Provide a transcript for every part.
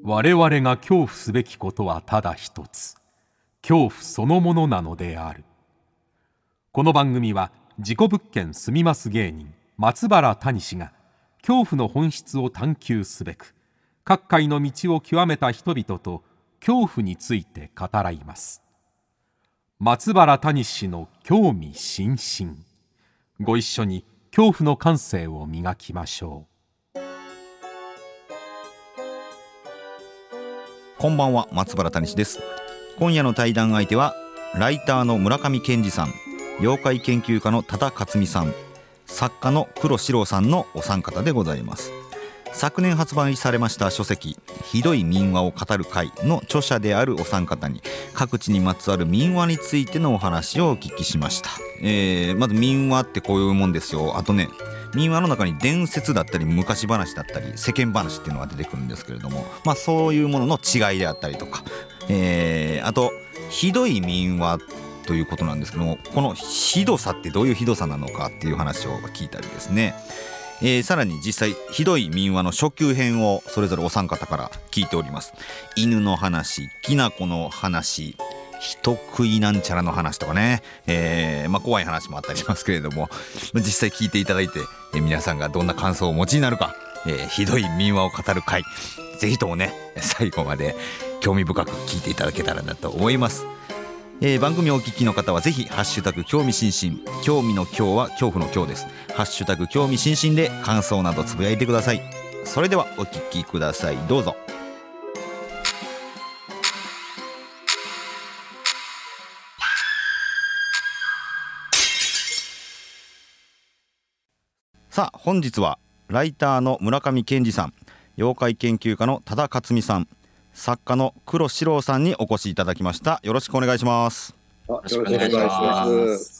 我々が恐怖すべきことはただ一つ、恐怖そのものなのである。この番組は事故物件住みます芸人松原谷氏が恐怖の本質を探求すべく各界の道を極めた人々と恐怖について語らいます。松原谷氏の興味津々、ご一緒に恐怖の感性を磨きましょう。 こんばんは、松原谷氏です。今夜の対談相手はライターの村上健二さん、妖怪研究家の多田克美さん、作家の黒四郎さんのお三方でございます。昨年発売されました書籍ひどい民話を語る会の著者であるお三方に各地にまつわる民話についてのお話をお聞きしました。まず民話ってこういうもんですよ。あとね、民話の中に伝説だったり昔話だったり世間話っていうのが出てくるんですけれども、そういうものの違いであったりとか、あとひどい民話ということなんですけども、このひどさってどういうひどさなのかっていう話を聞いたりですね、さらに実際ひどい民話の初級編をそれぞれお三方から聞いております。犬の話、きなこの話、人食いなんちゃらの話とかね、怖い話もあったりしますけれども、実際聞いていただいて、皆さんがどんな感想をお持ちになるか、ひどい民話を語る会、ぜひともね最後まで興味深く聞いていただけたらなと思います。番組をお聞きの方はぜひハッシュタグ興味津々、興味の今日は恐怖の今日です。ハッシュタグ興味津々で感想などつぶやいてください。それではお聞きください、どうぞ。さあ本日はライターの村上健二さん、妖怪研究家の多田克美さん、作家の黒四郎さんにお越しいただきました。よろしくお願いします。 よろしくお願いします。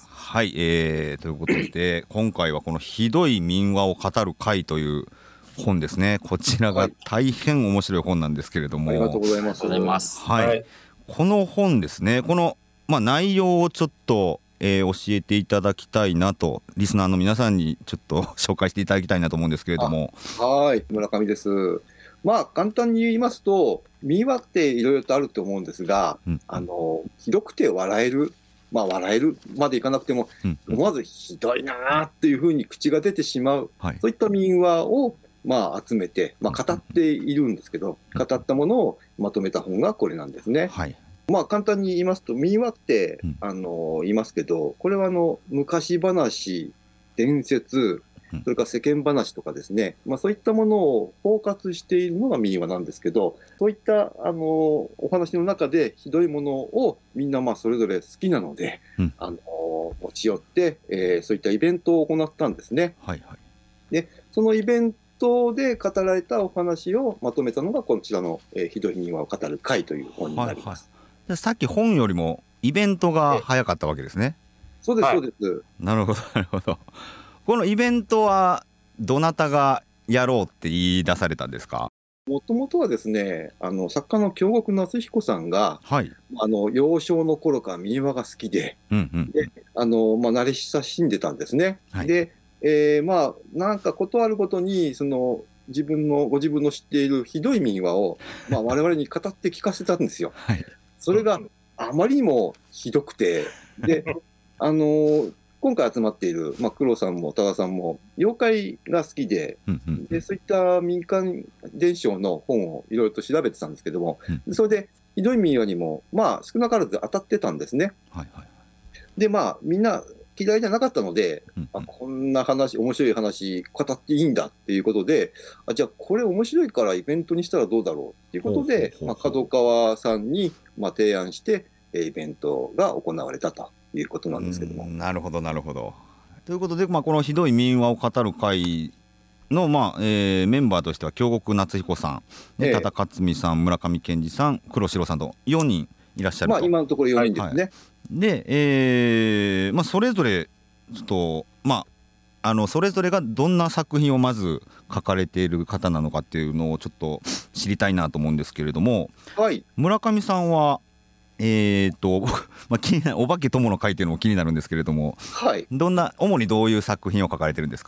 はい、ということで今回はこのひどい民話を語る会という本ですね。こちらが大変面白い本なんですけれども、 ありがとうございます。 はい、この本ですね、この、内容をちょっと、教えていただきたいなと、リスナーの皆さんにちょっと紹介していただきたいなと思うんですけれども。 はい、村上です。簡単に言いますと、民話っていろいろとあると思うんですが、ひどくて笑える、笑えるまでいかなくても、思わずひどいなっていうふうに口が出てしまう、そういった民話を集めて、語っているんですけど、語ったものをまとめた本がこれなんですね。簡単に言いますと、民話って言いますけど、これは昔話、伝説、それから世間話とかですね、そういったものを包括しているのが民話なんですけど、そういったお話の中でひどいものをみんなそれぞれ好きなので、持ち寄って、そういったイベントを行ったんですね。でそのイベントで語られたお話をまとめたのがこちらの、ひどい民話を語る会という本になります。 さっき本よりもイベントが早かったわけですね。 そうです、そうです。 なるほどなるほど。このイベントはどなたがやろうって言い出されたんですか？ もともとはですね、作家の京極夏彦さんが、幼少の頃から民話が好きで、慣れ親しんでたんですね。で、なんかことあるごとにご自分の知っているひどい民話を、我々に語って聞かせたんですよ。それがあまりにもひどくて、で今回集まっている、黒さんも多田さんも妖怪が好きで、そういった民間伝承の本をいろいろと調べてたんですけども、それでひどい民話にも少なからず当たってたんですね。でみんな嫌いじゃなかったので、こんな話、面白い話語っていいんだっていうことで、じゃあこれ面白いからイベントにしたらどうだろうっていうことで、角川さんに提案してイベントが行われたということなんですけども。 なるほどなるほど。ということで、このひどい民話を語る会の、メンバーとしては京極夏彦さん、多田克美さん、村上健二さん、黒四郎さんと4人いらっしゃると。 今のところ4人ですね。 で、それぞれちょっとそれぞれがどんな作品をまず書かれている方なのかっていうのをちょっと知りたいなと思うんですけれども、村上さんは気にお化け友の会っていうのも気になるんですけれども、主にどういう作品を書かれてるんですか？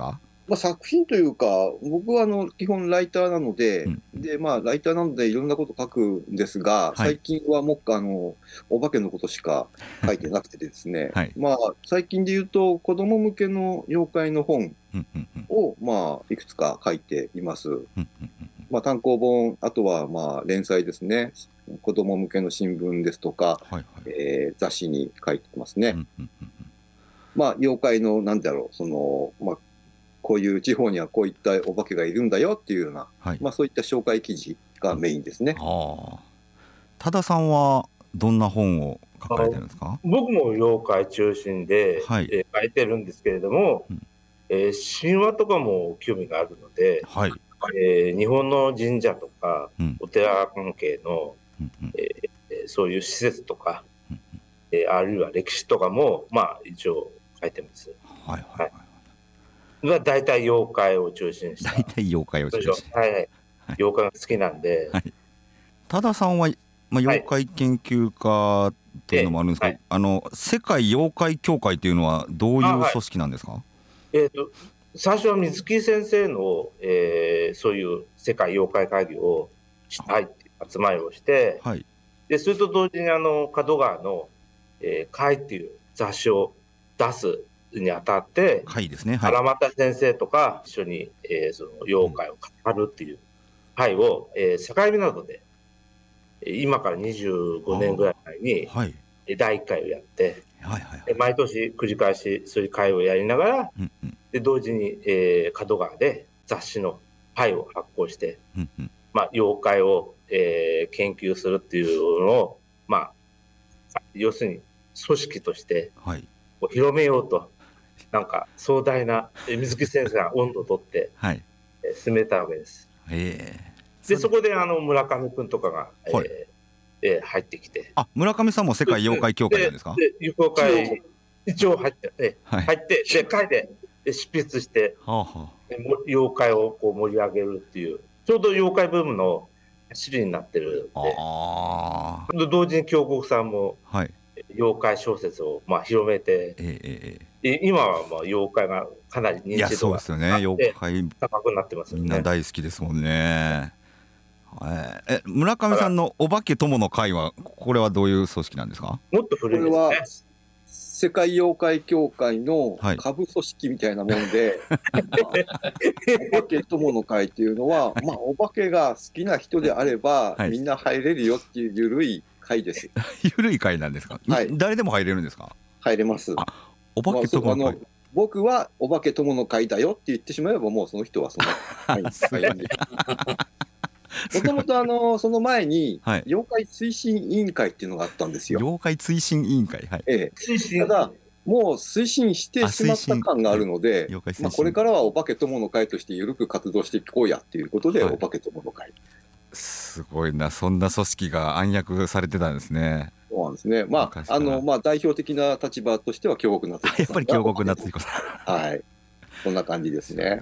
作品というか、僕は基本ライターなので、ライターなのでいろんなこと書くんですが、最近はもうお化けのことしか書いてなくてですね、最近で言うと、子供向けの妖怪の本を、いくつか書いています。単行本、あとは連載ですね、子供向けの新聞ですとか、雑誌に書いてますね。妖怪の、なんだろう、こういう地方にはこういったお化けがいるんだよっていうような、そういった紹介記事がメインですね。 多田さんはどんな本を書かれてるんですか？ 僕も妖怪中心で、書いてるんですけれども、神話とかも興味があるので、日本の神社とか、お寺関係の、そういう施設とか、あるいは歴史とかも、一応書いてます。大体妖怪を中心にした。 大体妖怪を中心にした。 妖怪が好きなんで。 多田さんは、妖怪研究家というのもあるんですけど、世界妖怪協会というのはどういう組織なんですか？ 最初は水木先生の、そういう世界妖怪会議をしたいっていう集まりをして、でそれと同時に角川の会っていう雑誌を出すにあたって、荒俣先生とか一緒に、その妖怪を語るっていう会を、境港で今から25年ぐらい前に第1回をやって、毎年繰り返しそういう会をやりながら、で同時に、角川で雑誌の会を発行して、妖怪を、研究するっていうのを、要するに組織として広めようと、なんか壮大な水木先生が温度を取って、進めたわけです。でそこで村上君とかが、入ってきて。 村上さんも世界妖怪協会なんですか？ 妖怪一応入って、で会で執筆して、妖怪をこう盛り上げるっていう、ちょうど妖怪ブームの走りになってるんで、同時に京極さんも妖怪小説を広めて、今は妖怪がかなり認知度が高くなってますよね。 みんな大好きですもんね。村上さんのお化け友の会はこれはどういう組織なんですか？ もっと古いですね。 これは世界妖怪協会の下部組織みたいなもんで、お化け友の会っていうのは、お化けが好きな人であれば、みんな入れるよっていう緩い会です。 緩い会なんですか？誰でも入れるんですか？ 入れます。 お化け友の会、 僕はお化け友の会だよって言ってしまえば、もうその人はその会にもともとその前に妖怪推進委員会っていうのがあったんですよ。 妖怪推進委員会、 ただもう推進してしまった感があるので、これからはお化け友の会として緩く活動していこうやっていうことで、お化け友の会。 すごいな、そんな組織が暗躍されてたんですね。 そうなんですね。代表的な立場としては京極夏彦さん。 やっぱり京極夏彦さん。こんな感じですね。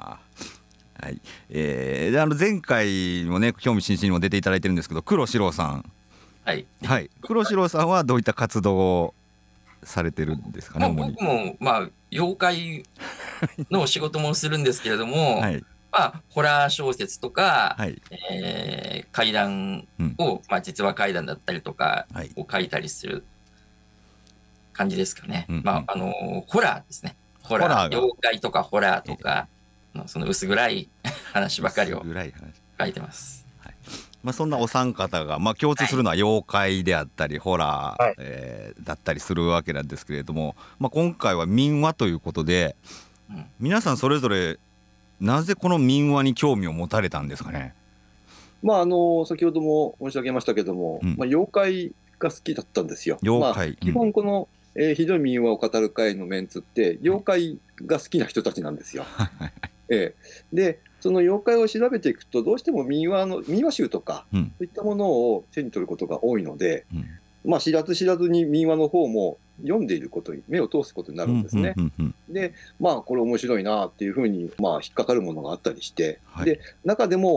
前回もね、興味津々にも出ていただいてるんですけど、黒四郎さん、黒四郎さんはどういった活動をされてるんですかね？ 僕も妖怪の仕事もするんですけれども、ホラー小説とか、怪談を、実話怪談だったりとかを書いたりする感じですかね。ホラーですね。ホラー、妖怪とかホラーとか、その薄暗い話ばかりを書いてます。 そんなお三方が、共通するのは妖怪であったりホラー、だったりするわけなんですけれども、今回は民話ということで、皆さんそれぞれなぜこの民話に興味を持たれたんですかね？ 先ほども申し上げましたけども、妖怪が好きだったんですよ。基本この、ひどい民話を語る会のメンツって妖怪が好きな人たちなんですよ。でその妖怪を調べていくと、どうしても民話集とか、そういったものを手に取ることが多いので、知らず知らずに民話の方も読んでいることに目を通すことになるんですね。でこれ面白いなっていうふうに、引っかかるものがあったりして、で中でも、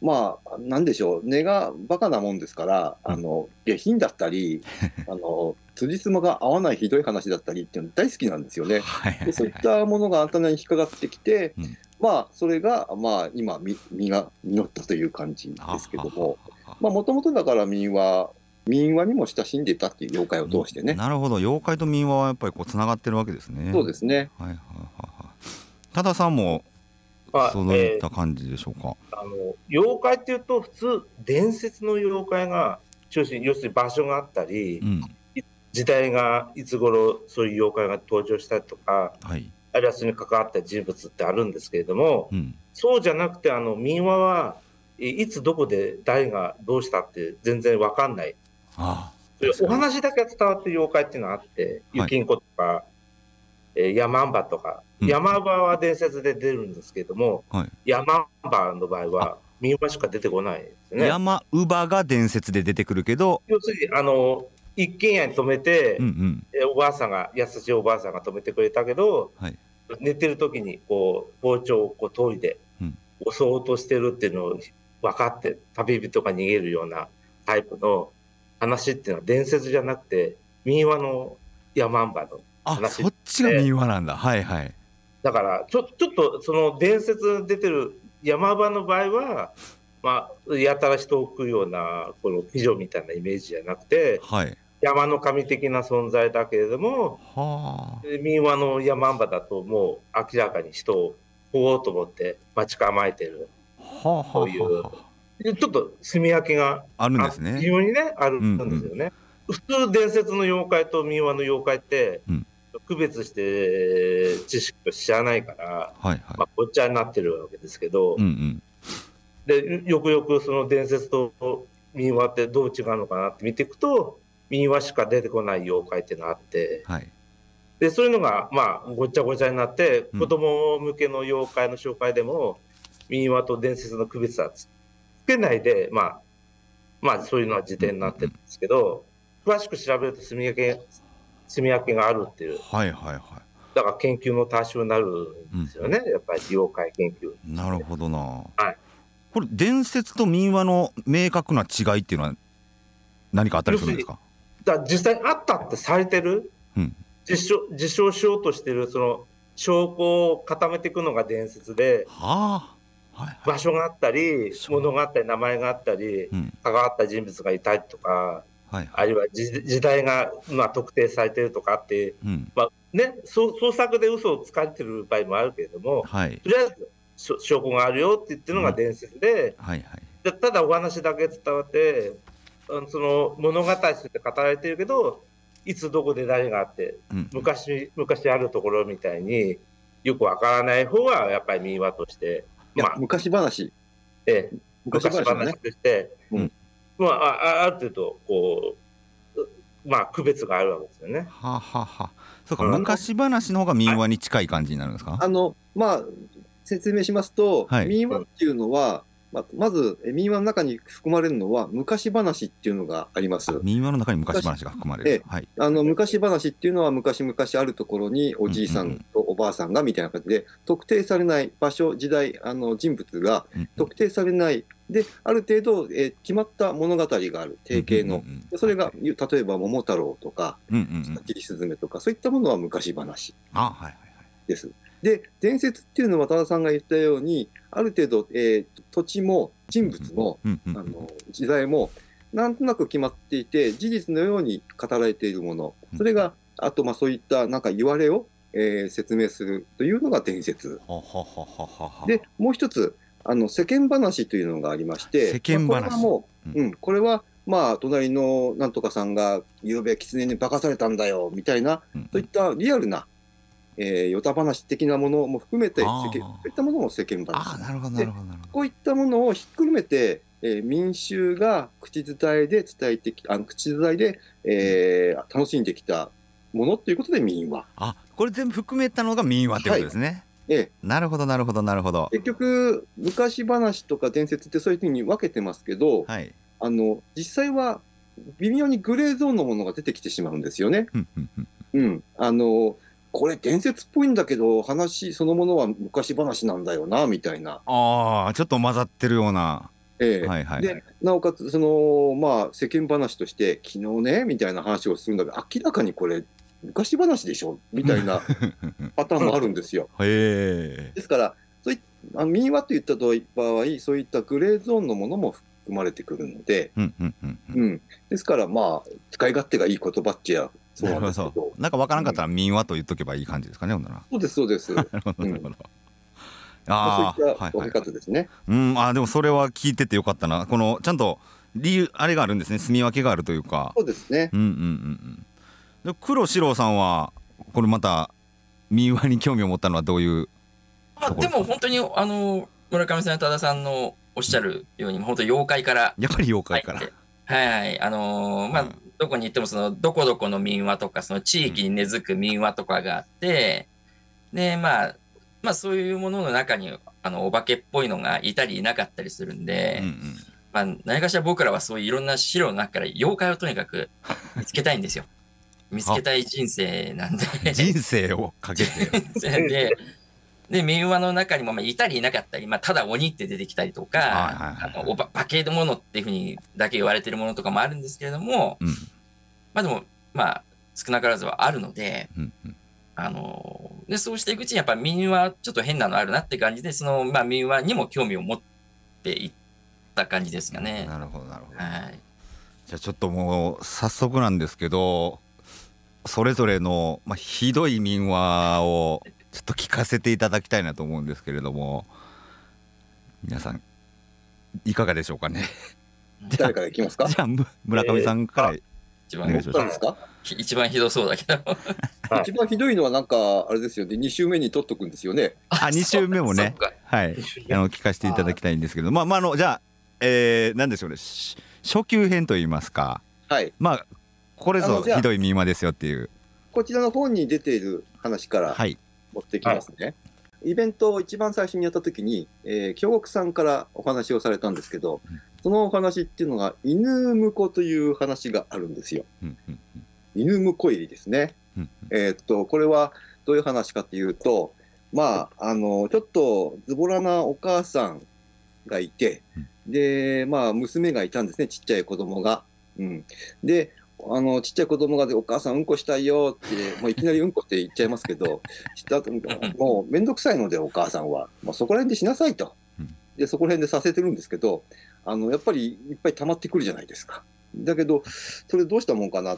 なんでしょう、根がバカなもんですから、下品だったり、辻褄が合わないひどい話だったりっていうの大好きなんですよね。でそういったものがアンテナに引っかかってきて、それが、今、実が実ったという感じですけども、もともとだから民話にも親しんでいたっていう妖怪を通してね。 なるほど、妖怪と民話はやっぱりこうつながってるわけですね。 そうですね。 多田さんもそういった感じでしょうか。 妖怪っていうと普通伝説の妖怪が中心、要するに場所があったり、時代がいつ頃そういう妖怪が登場したりとか、あるいはそれに関わった人物ってあるんですけれども、そうじゃなくて民話はいつどこで誰がどうしたって全然わかんない。お話だけ伝わってる妖怪っていうのがあって、雪んことか、ヤマンバとか、ヤマンバは伝説で出るんですけれども、ヤマンバの場合は民話しか出てこないですね。 ヤマウバが伝説で出てくるけど、 要するに一軒家に泊めて、おばあさんが優しいおばあさんが泊めてくれたけど、寝てる時にこう包丁を研いで襲おうとしてるっていうのを分かって旅人が逃げるようなタイプの話っていうのは伝説じゃなくて民話のヤマンバの話。 そっちが民話なんだ。 だからちょっとその伝説出てるヤマンバの場合はやたら人を食うようなこの美女みたいなイメージじゃなくて、山の神的な存在だけれども、民話のヤマンバだともう明らかに人を追おうと思って待ち構えてる、そういうちょっと住み分けがあるんですね。 非常にねあるんですよね。普通伝説の妖怪と民話の妖怪って、区別して知識を知らないから、ごっちゃになってるわけですけど、でよくよくその伝説と民話ってどう違うのかなって見ていくと、民話しか出てこない妖怪っていうのがあって、でそういうのがごっちゃごちゃになって、子供向けの妖怪の紹介でも民話と伝説の区別はつけないで、そういうのは辞典になってるんですけど、詳しく調べると住み分けがあるっていう、だから研究の対象になるんですよね、やっぱり妖怪研究。 なるほどな。これ伝説と民話の明確な違いっていうのは何かあったりするんですか？ 実際あったってされてる、実証しようとしてるその証拠を固めていくのが伝説で、場所があったり物があったり名前があったり、関わった人物がいたりとか、あるいは時代が特定されてるとかって、創作で嘘をつかれてる場合もあるけれども、とりあえず証拠があるよって言ってるのが伝説で、ただお話だけ伝わってその物語として語られてるけど、いつどこで誰があって、昔あるところみたいによくわからない方はやっぱり民話として、 昔話、 昔話として、ある程度こう区別があるわけですよね。 そうか、昔話の方が民話に近い感じになるんですか？ 説明しますと、民話っていうのはまず民話の中に含まれるのは昔話っていうのがあります。 民話の中に昔話が含まれる。 昔話っていうのは昔々あるところにおじいさんとおばあさんがみたいな感じで、特定されない場所、時代、人物が特定されないで、ある程度、決まった物語がある定型の、それが例えば桃太郎とか切すずめとか、そういったものは昔話です。で伝説っていうのは多田さんが言ったように、ある程度、土地も人物も、時代もなんとなく決まっていて、事実のように語られているもの、それがあとそういったなんか言われを、説明するというのが伝説で、もう一つ世間話というのがありまして、 世間話、 これは隣のなんとかさんがゆうべ狐に化かされたんだよみたいな、そういったリアルな与太話的なものも含めて、そういったものも世間話。こういったものをひっくるめて、民衆が口伝えで伝えてき口伝えで、楽しんできたものということで民話。 これ全部含めたのが民話ってことですね。なるほど。 結局昔話とか伝説ってそういうふうに分けてますけど、実際は微妙にグレーゾーンのものが出てきてしまうんですよね。これ伝説っぽいんだけど話そのものは昔話なんだよなみたいな。 ちょっと混ざってるような。 でなおかつその、まあ、世間話として昨日ねみたいな話をするんだけど、明らかにこれ昔話でしょみたいなパターンもあるんですよ。ですから民話といった場合、そういったグレーゾーンのものも含まれてくるので、ですからまあ使い勝手がいい言葉っちゃそうなんですけど、 なんか分からんかったら民話と言っとけばいい感じですかね、ほんなら。 そうですそうです。なるほどなるほど。そういった分け方ですね。 でもそれは聞いててよかったな。このちゃんと理由あれがあるんですね。住み分けがあるというか。 そうですね。 で黒四郎さんはこれまた民話に興味を持ったのはどういうところですか？ でも本当に村上さん、多田さんのおっしゃるように、本当妖怪からやっぱり妖怪から。 はい、まあどこに行ってもそのどこどこの民話とかその地域に根付く民話とかがあって、でまあそういうものの中にお化けっぽいのがいたりいなかったりするんで、まあ何かしら僕らはそういういろんな資料の中から妖怪をとにかく見つけたいんですよ。見つけたい人生なんで人生をかけてで民話の中にもいたりいなかったり、ただ鬼って出てきたりとか、化け物っていうふうにだけ言われてるものとかもあるんですけれども、でも少なからずはあるので、でそうしていくうちにやっぱ民話ちょっと変なのあるなって感じで、その民話にも興味を持っていった感じですかね。 なるほどなるほど。じゃあちょっともう早速なんですけど、それぞれの、ひどい民話をちょっと聞かせていただきたいなと思うんですけれども、皆さんいかがでしょうかね。 誰からいきますか？ じゃあ村上さんから一番ひどそうだけど一番ひどいのはなんかあれですよね、2週目に取っとくんですよね。 2週目もね、聞かせていただきたいんですけど、じゃあ何でしょうね、初級編といいますか、これぞひどい民話ですよっていう、 こちらの本に出ている話から持ってきますね。イベントを一番最初にやった時に、京極さんからお話をされたんですけど、そのお話っていうのが犬婿という話があるんですよ。犬婿入りですね。これはどういう話かというと、ちょっとズボラなお母さんがいて、で娘がいたんですね、ちっちゃい子供が。でちっちゃい子供がお母さんうんこしたいよって、いきなりうんこって言っちゃいますけど、した後もうめんどくさいのでお母さんは、そこら辺でしなさいと。でそこら辺でさせてるんですけど、やっぱりいっぱい溜まってくるじゃないですか。だけどそれどうしたもんかなって、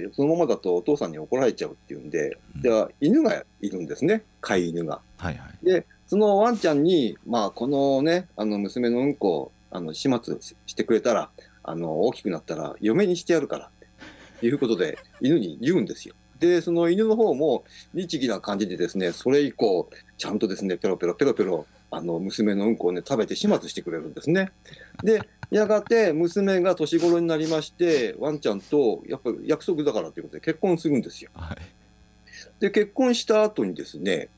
そのままだとお父さんに怒られちゃうっていうんで、じゃあ犬がいるんですね、飼い犬が。でそのワンちゃんに、このね娘のうんこを始末してくれたら、大きくなったら嫁にしてやるからっていうことで犬に言うんですよ。でその犬の方も律儀な感じでですね、それ以降ちゃんとですねペロペロ娘のうんこをね食べて始末してくれるんですね。でやがて娘が年頃になりまして、ワンちゃんとやっぱり約束だからということで結婚するんですよ。で結婚した後にですね、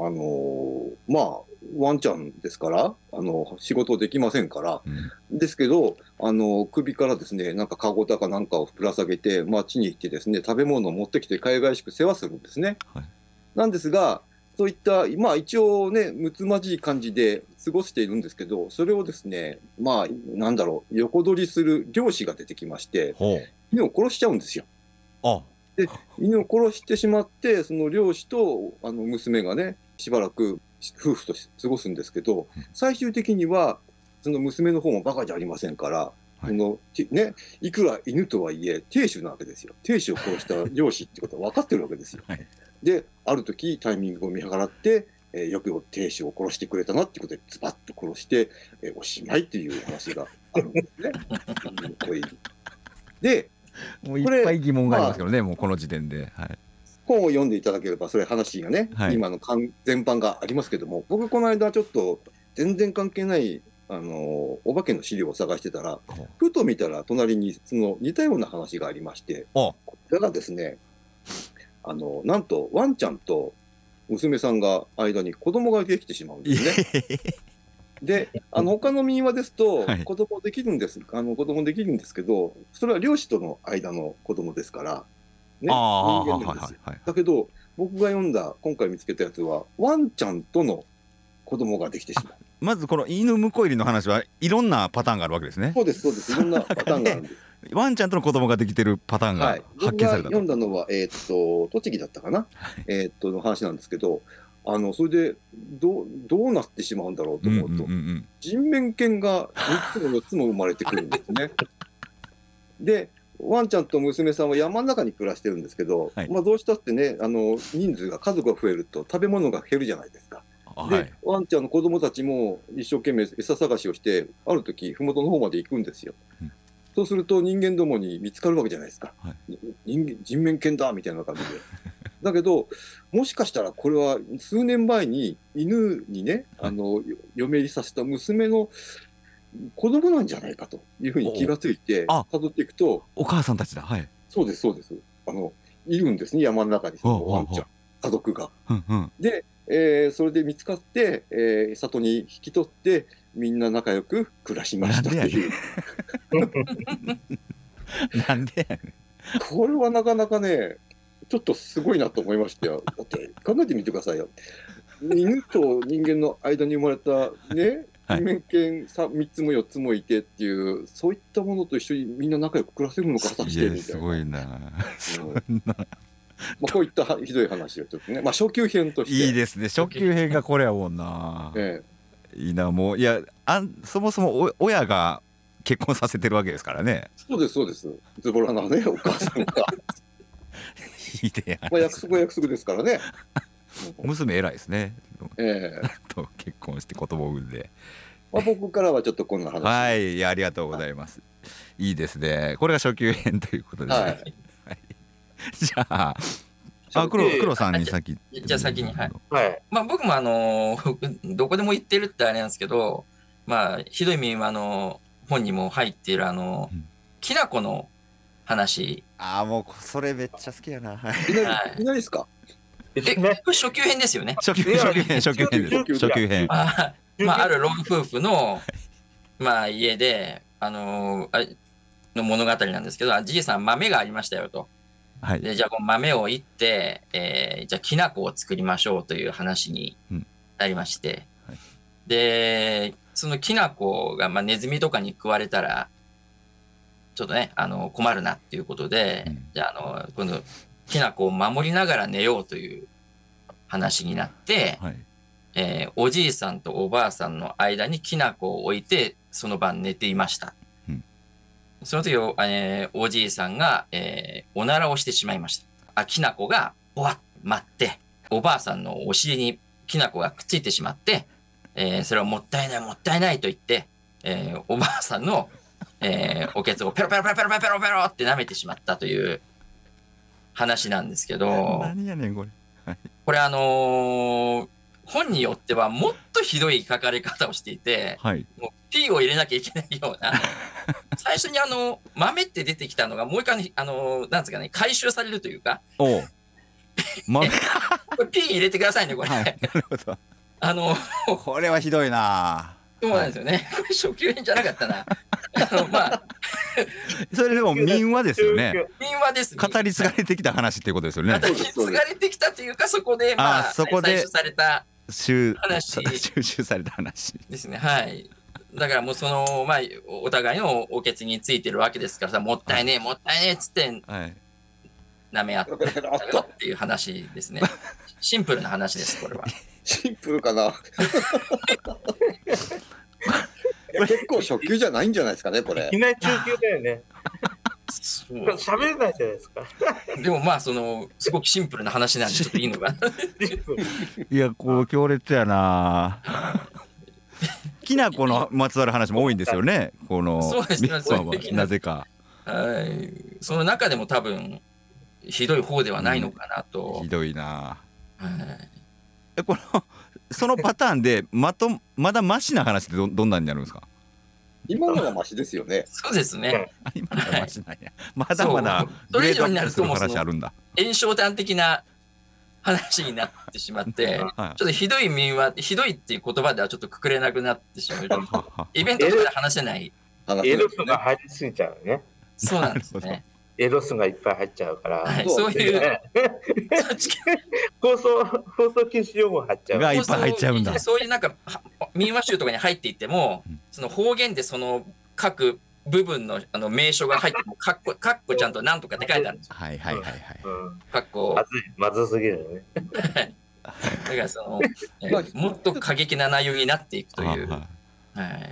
ワンちゃんですから仕事できませんから、ですけど首からですねなんかカゴだかなんかをぶら下げて町に行ってですね、食べ物を持ってきてかいがいしく世話するんですね。なんですがそういった一応ねむつまじい感じで過ごしているんですけど、それをですね横取りする猟師が出てきまして、犬を殺しちゃうんですよ。で犬を殺してしまって、その猟師と娘がねしばらく夫婦として過ごすんですけど、最終的にはその娘の方もバカじゃありませんから、いくら犬とはいえ亭主なわけですよ。亭主を殺した猟師ってことは分かってるわけですよ。である時タイミングを見計らって、よく亭主を殺してくれたなってことでズバッと殺して、おしまいっていう話があるんですね。でもういっぱい疑問がありますけどね、もうこの時点で。 本を読んでいただければそれ話がね、今の全般がありますけども、僕この間ちょっと全然関係ないお化けの資料を探してたら、ふと見たら隣にその似たような話がありまして、これがですねなんとワンちゃんと娘さんが間に子供ができてしまうんですね。で他の民話ですと子供できるんです、子供できるんですけど、それは漁師との間の子供ですからね、人間なんですよ。だけど僕が読んだ今回見つけたやつはワンちゃんとの子供ができてしまずこの犬婿入りの話はいろんなパターンがあるわけですね。 そうですそうです、いろんなパターンがあるんです。 ワンちゃんとの子供ができてるパターンが発見された。 僕が読んだのは栃木だったかな、の話なんですけど、それでどうなってしまうんだろうと思うと、人面犬が3つも4つも生まれてくるんですね。でワンちゃんと娘さんは山の中に暮らしてるんですけど、どうしたってね、人数が家族が増えると食べ物が減るじゃないですか。でワンちゃんの子供たちも一生懸命餌探しをして、ある時麓の方まで行くんですよ。そうすると人間どもに見つかるわけじゃないですか。人面犬だみたいな感じで。だけどもしかしたらこれは数年前に犬にね、嫁入りさせた娘の子供なんじゃないかというふうに気がついて辿っていくと、 お母さんたちだ。はい。 そうですそうです。いるんですね、山の中にそのワンちゃん家族が。で、それで見つかって、里に引き取ってみんな仲良く暮らしましたという。 なんでやねん。 これはなかなかね、ちょっとすごいなと思いましたよ。だって考えてみてくださいよ。犬と人間の間に生まれたね、人面犬3つも4つもいてっていう、そういったものと一緒にみんな仲良く暮らせるのか果たしてみたいな。 すごいな。そんな。 こういったひどい話をちょっとね、初級編として。 いいですね、初級編がこれやもんな。いいな、もういやそもそも親が結婚させてるわけですからね。 そうですそうです。ズボラなねお母さんが。 いいでや。 約束は約束ですからね。 娘偉いですね。と結婚して子供を産んで。 僕からはちょっとこんな話。 はい、ありがとうございます。いいですね。これが初級編ということですね。じゃあ黒さんに先。 じゃあ先に、はい。僕もどこでも言ってるってあれなんですけど、ひどい民話の本にも入っているきなこの話。 もうそれめっちゃ好きやな。 いないですか。 これ初級編ですよね。 初級編です。初級編。 ある老夫婦の家での物語なんですけど、じいさん豆がありましたよと。でじゃあこの豆をいって、じゃあきな粉を作りましょうという話になりまして、でそのきな粉がネズミとかに食われたらちょっとね困るなっていうことで、じゃあ今度きな粉を守りながら寝ようという話になって、おじいさんとおばあさんの間にきな粉を置いてその晩寝ていました。その時おじいさんが、おならをしてしまいました。きな粉がぼわっ舞って、おばあさんのお尻にきな粉がくっついてしまって、それをもったいないもったいないと言って、おばあさんの、おけつをペロペロペロペロペロペロペロって舐めてしまったという話なんですけど、 何やねんこれ。 これ本によってはもっとひどい書かれ方をしていて、もう P を入れなきゃいけないような最初に豆って出てきたのがもう一回なんですかね、回収されるというかこれ P 入れてくださいねこれ。なるほど。これはひどいな。 そうなんですよね。これ初級編じゃなかったな。 それでも民話ですよね。 民話です。 語り継がれてきた話っていうことですよね。 語り継がれてきたというか、そこでそこで採取された収集された話ですね。はい。だからもうお互いのおけつについてるわけですからさ、もったいねえもったいねえっつって舐め合ったっていう話ですね。シンプルな話ですこれは。 シンプルかな。結構初級じゃないんじゃないですかねこれ。 いきなり中級だよね。喋れないじゃないですか。 でもすごくシンプルな話なんでちょっといいのかな。 いや強烈やな。きなこのまつわる話も多いんですよね。 そうですね。 なぜか。 その中でも多分ひどい方ではないのかなと。 ひどいな。そのパターンでまだマシな話ってどんなになるんですか。 今のがマシですよね。 そうですね。 今のがマシなんや。まだまだそれ以上になるともう話あるんだ。 炎症弾的な話になってしまって、ちょっとひどい民話、ひどいっていう言葉ではちょっとくくれなくなってしまう。イベントとかで話せない。 エルフが入りすぎちゃうね。 そうなんですね。 エロスがいっぱい入っちゃうから、 はい、そういう、 放送禁止用語入っちゃう。 がいっぱい入っちゃうんだ。 そういうなんか民話集とかに入っていっても、その方言でその各部分の名称が入っても、かっこちゃんとなんとかって書いてあるんですよ。 はいはいはいはい。 かっこ。 まずすぎるね。 だからその、もっと過激な内容になっていくという。はい。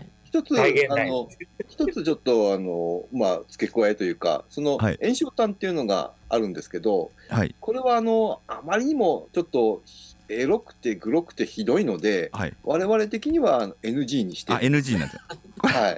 一つちょっと付け加えというか、その炎症炭っていうのがあるんですけど、はい、これはあまりにもちょっとエロくてグロくてひどいので、はい、我々的には NG にしてる。 NG なんですよ。はい。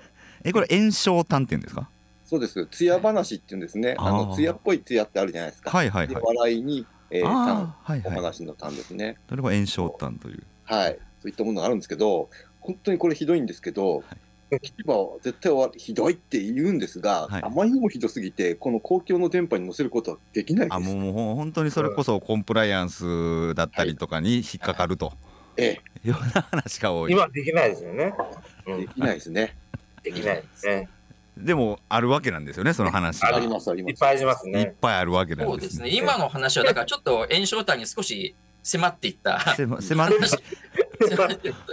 これ炎症炭っていうんですか？ そうです。艶話っていうんですね。艶っぽい艶ってあるじゃないですか。はいはいはい。で笑いに炭、お話の炭ですね。 それが炎症炭という。 はい。そういったものがあるんですけど、本当にこれひどいんですけど。はい、聞けば絶対ひどいって言うんですが、はい、あまりにもひどすぎてこの公共の電波に載せることはできないです。 もう本当にそれこそコンプライアンスだったりとかに引っかかると、ような話が多い。 今できないですよね。 できないですね。 できないですね。 でもあるわけなんですよね、その話。 ありますあります。 いっぱいありますね。 いっぱいあるわけなんです、ね。 そうですね。今の話はだからちょっと炎症炭に少し迫っていった。 迫っていった。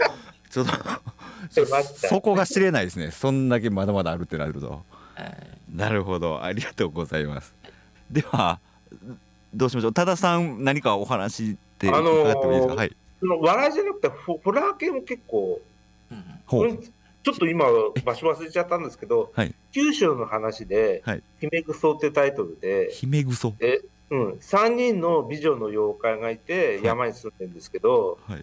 ちょっとそこが知れないですね。そんだけまだまだあるってなると。なるほど、ありがとうございます。ではどうしましょう。多田さん、何かお話って伺ってもいいですか？はい。 笑いじゃなくてホラー系も結構、ちょっと今場所忘れちゃったんですけど、はい、九州の話で「姫ぐそ」ってタイトルで、 姫ぐそ、 3人の美女の妖怪がいて山に住んでるんですけど、はい、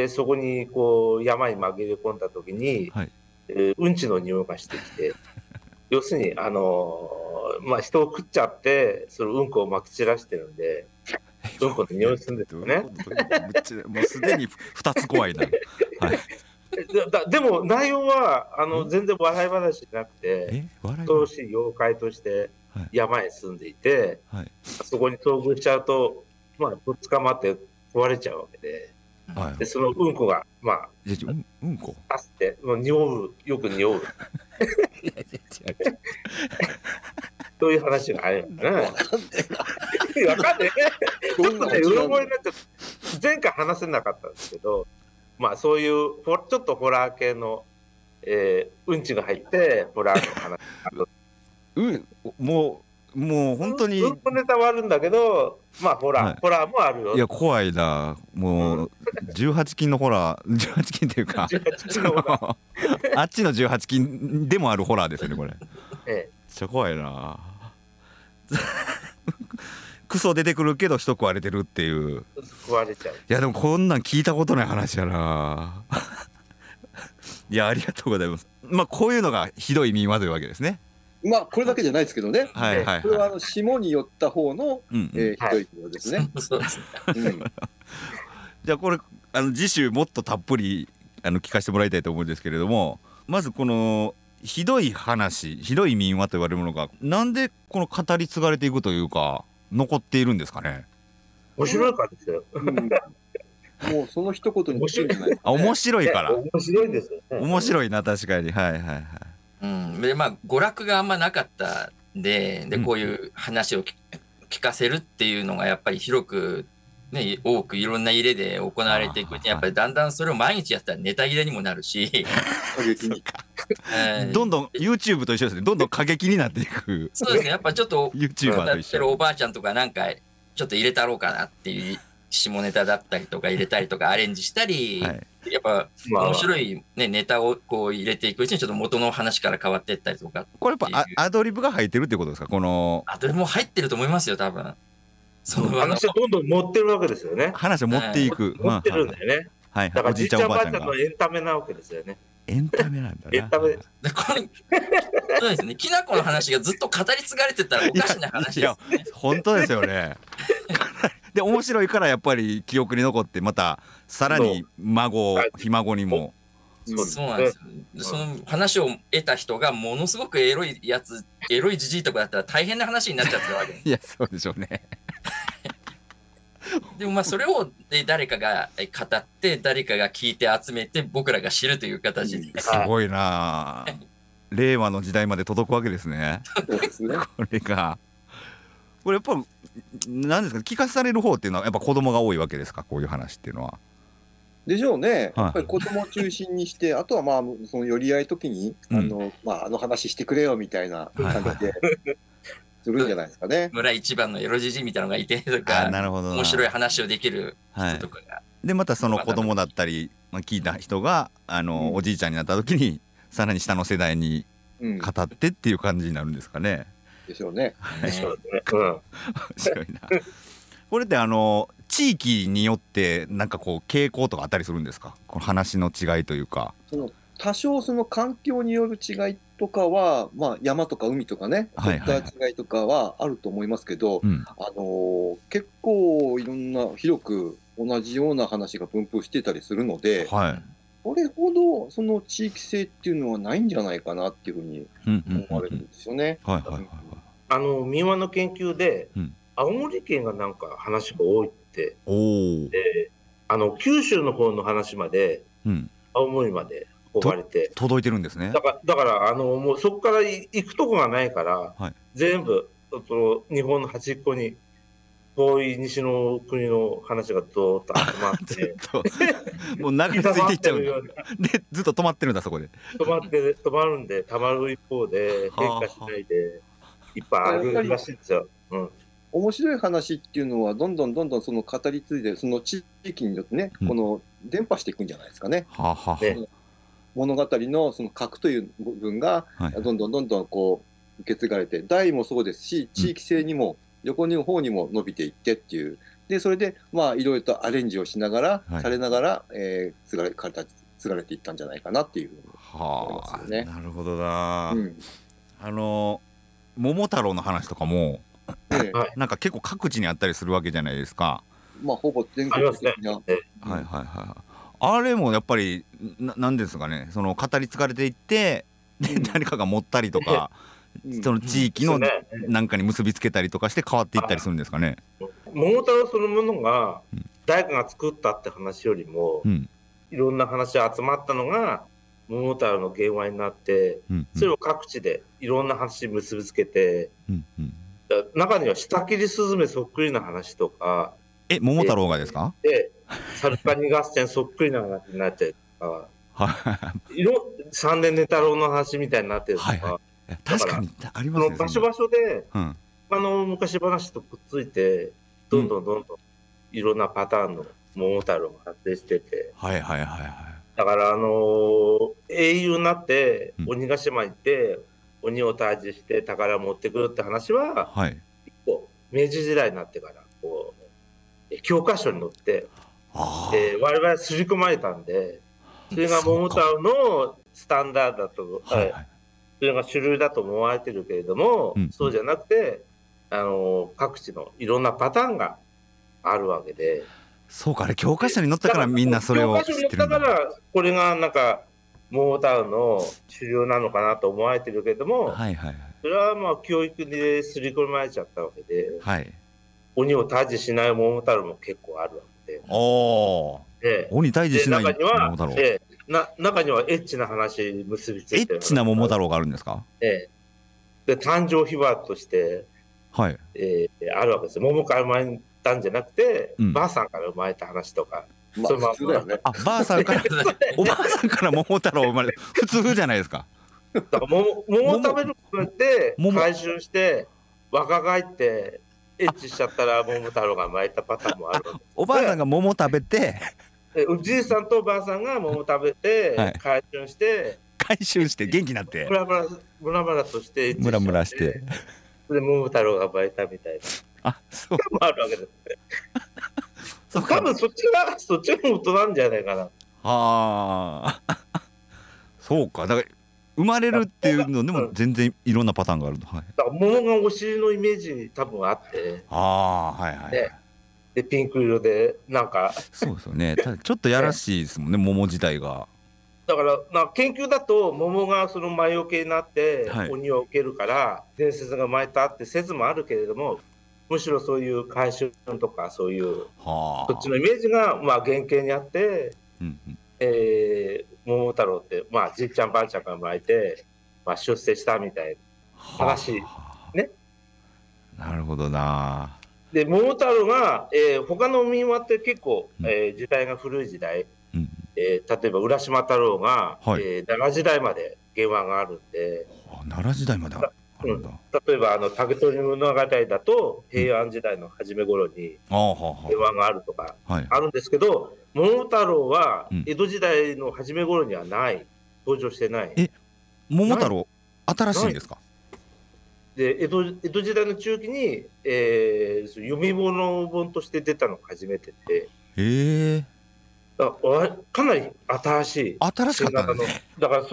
そこにこう山に紛れ込んだ時に、はい、うんちの匂いがしてきて要するに人を食っちゃってそのうんこをまき散らしてるんでうんこの匂いするんですよね。 もうすでに2つ怖いな。はい、 でも内容は全然笑い話じゃなくて、恐ろしい妖怪として山へ住んでいて、はい、そこに遭遇しちゃうとぶっ捕まって壊れちゃうわけで。はい、でそのうんこがうんこあって匂う、よく匂うそういう話があるんだね。分かんねえ。ちょっとねうろ覚えになっちゃって前回話せなかったんですけど、そういうちょっとホラー系の、うんちが入ってホラーの話もう本当にうんこネタはあるんだけど、ホラーもあるよ。 いや怖いな。もう18禁のホラー、18禁っていうかあっちの18禁でもあるホラーですよねこれ。めっちゃ怖いな。クソ出てくるけど人食われてるっていう。 食われちゃう。いやでもこんなん聞いたことない話やな。いやありがとうございます。こういうのがひどい民話というわけですね。 これだけじゃないですけどね。はいはいはい、これは下に寄った方のひどいのですね。 じゃあこれ次週もっとたっぷり聞かせてもらいたいと思うんですけれども、まずこのひどい話、ひどい民話と言われるものがなんでこの語り継がれていくというか残っているんですかね。 面白いからですよ。 もうその一言に面白いじゃないですか、 ね。面白いから。 面白いですよ、ね。 面白いな確かに。はいはいはい。 で娯楽があんまなかったんでこういう話を聞かせるっていうのがやっぱり広く、ね、多くいろんな入れで行われていくうちにやっぱりだんだんそれを毎日やったらネタ切れにもなるしどんどん YouTube と一緒ですね。どんどん過激になっていく。 そうですね。やっぱちょっと YouTuber と一緒。 おばあちゃんとかなんかちょっと入れたろうかなっていう下ネタだったりとか入れたりとかアレンジしたり、はい、やっぱ面白い、ネタをこう入れていくうちにちょっと元の話から変わっていったりとか。 これやっぱアドリブが入ってるってことですか？このアドリブも入ってると思いますよ多分。 その話をどんどん持ってるわけですよね。 話を持っていく、 持ってるんだよね。 はい、 だからじいちゃんおばあちゃんのエンタメなわけですよね。 エンタメなんだね。 エンタメ。 そうですね。きなこの話がずっと語り継がれてたらおかしな話ですね。 本当ですよね。で面白いからやっぱり記憶に残ってまたさらにひ孫にも。 そうなんですよ。その話を得た人がものすごくエロいじじいとかだったら大変な話になっちゃってるわけ。 いやそうでしょうね。 でもそれを誰かが語って誰かが聞いて集めて僕らが知るという形で。 すごいな。 令和の時代まで届くわけですね。 そうですね。 これやっぱ何ですか、聞かされる方っていうのはやっぱ子供が多いわけですか、こういう話っていうのは。 でしょうね。やっぱり子供を中心にして、あとはまあその寄り合い時にあの話してくれよみたいな感じでするんじゃないですかね。 村一番のエロじじみたいなのがいてとか、 なるほど、 面白い話をできる人とかが。 でまたその子供だったり、聞いた人がおじいちゃんになった時にさらに下の世代に語ってっていう感じになるんですかね。 でしょうね。 でしょうね。 面白いな。これって地域によってなんかこう傾向とかあったりするんですか、この話の違いというか。 多少その環境による違いとかは、まあ、山とか海とかね、そういった違いとかはあると思いますけど、結構いろんな広く同じような話が分布してたりするので、これほどその地域性っていうのはないんじゃないかなっていうふうに思われるんですよね。 民話の研究で、青森県がなんか話が多いって、で九州の方の話まで、青森まで運ばれて届いてるんですね。 だからもうそこから行くとこがないから、全部日本の端っこに遠い西の国の話がどーっと集まってもう流れ着いていっちゃうんだ。でずっと止まってるんだ、そこで止まるんで、たまる一方で変化しないでいっぱいあるらしいんですよ。 面白い話っていうのはどんどんその語り継いで、その地域によってね、この伝播していくんじゃないですかね。物語のその核という部分がどんどんこう受け継がれて、代もそうですし、地域性にも横の方にも伸びていってっていう、でそれでまあいろいろとアレンジをしながら、されながら継がれていったんじゃないかなっていうふうに思いますよね。 なるほどな。桃太郎の話とかもなんか結構各地にあったりするわけじゃないですか。 まあほぼ全国的な。 あれもやっぱりなんですかね、その語り継がれていって、誰かが持ったりとか、その地域のなんかに結びつけたりとかして変わっていったりするんですかね。 桃太郎そのものが誰かが作ったって話よりも、いろんな話が集まったのが桃太郎の原話になって、それを各地でいろんな話に結びつけて、中には下切りスズメそっくりな話とか。 桃太郎がですか？ サルカニ合戦そっくりな話になっちゃうとか、三年寝太郎の話みたいになってるとか、 確かにありますね。 場所場所で、昔話とくっついて、どんどんいろんなパターンの桃太郎が発生してて、だから英雄になって鬼ヶ島行って鬼を退治して宝を持ってくるって話は、明治時代になってからこう教科書に載って、我々刷り込まれたんで、それが桃太郎のスタンダードだと、それが主流だと思われてるけれども、そうじゃなくて各地のいろんなパターンがあるわけで。 そうか、あれ教科書に載ったからみんなそれを知ってるんだ。 教科書に載ったからこれがなんか桃太郎の主流なのかなと思われてるけれども、それはまあ教育で刷り込まれちゃったわけで、鬼を退治しない桃太郎も結構あるわけで、 鬼退治しない桃太郎、 中にはエッチな話結びついてるエッチな桃太郎があるんですか？ で誕生秘話として、あるわけですよ。桃から生まれたんじゃなくて、ばあさんから生まれた話とか。 普通だよね。 ばあさんからおばあさんから桃太郎生まれる、普通じゃないですか。 だから桃食べることって回収して若返ってエッチしちゃったら桃太郎が生まれたパターンもある。 おばあさんが桃食べて、 おじいさんとおばあさんが桃食べて回収して元気になってムラムラとしてムラムラして、 で桃太郎が生まれたみたいな。そうもあるわけですね。多分そっちが元なんじゃないかな。 そうか。だから生まれるっていうのでも全然いろんなパターンがある。だから桃がお尻のイメージ多分あって、でピンク色でなんかそうですよね。ちょっとやらしいですもんね、桃自体が。 だから研究だと桃がその魔除けになって鬼を受けるから伝説が生まれたって説もあるけれども、むしろそういう回収とかそういうそっちのイメージが原型にあって、桃太郎ってじいちゃんばあちゃんが生まれて出世したみたいな話ね。 なるほどな。 で桃太郎が、他の民話って結構、時代が古い時代、例えば浦島太郎が、奈良時代まで原話があるんで。 奈良時代まであるんだ。 例えば竹取物語だと平安時代の初め頃に原話があるとかあるんですけど、桃太郎は江戸時代の初め頃には登場してない。 桃太郎新しいんですか？ で江戸時代の中期に、読み物本として出たのが初めてで、かなり新しかったね。だから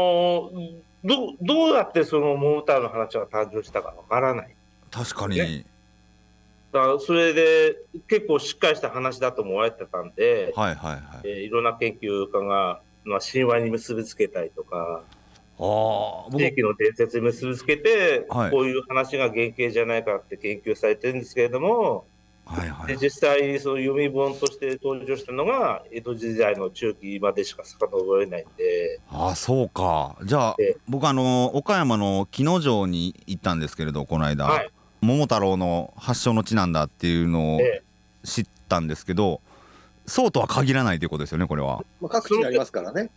どうやってその桃太郎の話が誕生したかわからない。 確かに。 だからそれで結構しっかりした話だと思われてたんで、いろんな研究家が神話に結びつけたりとか、地域の伝説に結びつけて、こういう話が原型じゃないかって研究されてるんですけれども、で実際その読み本として登場したのが江戸時代の中期までしか遡れないんで。 そうか。じゃあ僕岡山の木之丞に行ったんですけれど、この間、桃太郎の発祥の地なんだっていうのを知ったんですけど、そうとは限らないということですよね、これは。 各地にありますからね。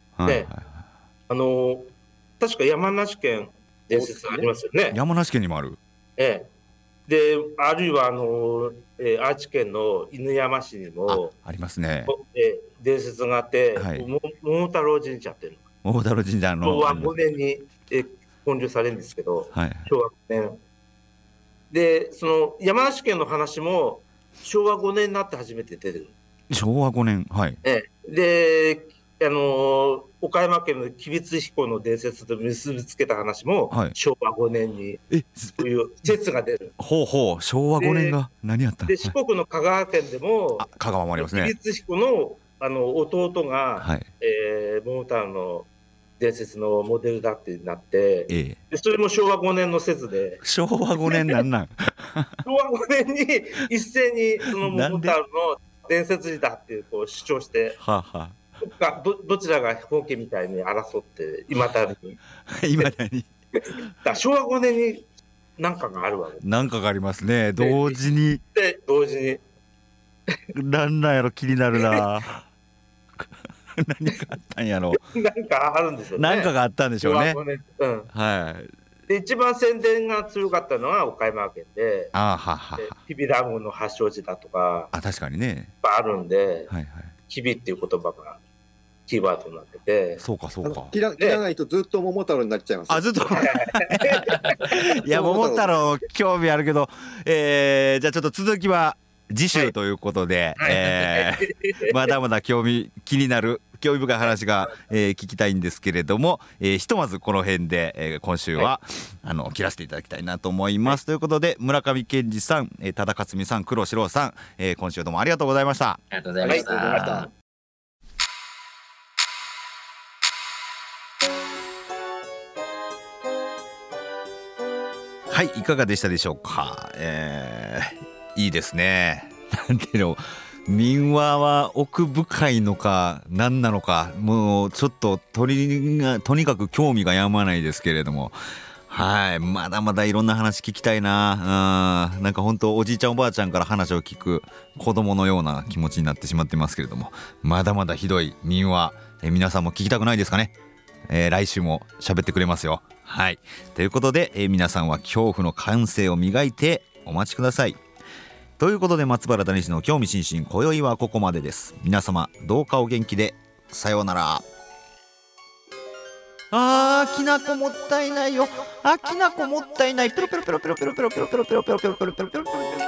確か山梨県伝説ありますよね。 山梨県にもある。 であるいは愛知県の犬山市にもありますね。 伝説があって、桃太郎神社っていうの桃太郎神社の昭和5年に建立されるんですけど、昭和5年でその山梨県の話も昭和5年になって初めて出てくる。 昭和5年。 で岡山県の吉備津彦の伝説と結びつけた話も、昭和5年にそういう説が出る。 昭和5年が何やったで四国の香川県でも香川もありますね。 吉備津彦の弟が、桃太郎の伝説のモデルだってなって、でそれも昭和5年の説で。 昭和5年なん昭和5年に一斉にその桃太郎の伝説児だっていう主張してどちらが本家みたいに争っていまだに昭和5年に何かがあるわけ。 何かがありますね。同時になんなんやろ、気になるな。何かあったんやろ。 何かあるんですよね。 何かがあったんでしょうね。 で一番宣伝が強かったのは岡山県で、きびだんごの発祥地だとか確かにねあるんで、きびっていう言葉がキーワードになってて。 そうか切らないとずっと桃太郎になっちゃいます。 ずっといや桃太郎興味あるけど、じゃあちょっと続きは次週ということで、まだまだ気になる興味深い話が、聞きたいんですけれども、ひとまずこの辺で、今週は、切らせていただきたいなと思います。ということで村上健二さん、多田克美さん、黒四郎さん、今週どうもありがとうございました。 ありがとうございました。 はい、いかがでしたでしょうか。いいですね。なんていうの、民話は奥深いのか何なのか、もうちょっととにかく興味がやまないですけれども、まだまだいろんな話聞きたいな。なんか本当おじいちゃんおばあちゃんから話を聞く子供のような気持ちになってしまってますけれども、まだまだひどい民話、皆さんも聞きたくないですかね。来週も喋ってくれますよ。ということで、皆さんは恐怖の感性を磨いてお待ちください。ということで松原谷氏の興味津々、今宵はここまでです。皆様どうかお元気で。さようなら。きなこもったいないよ。きなこもったいない。ペロペロペロペロペロペロペロペロペロペロペロペロペロペロペロ。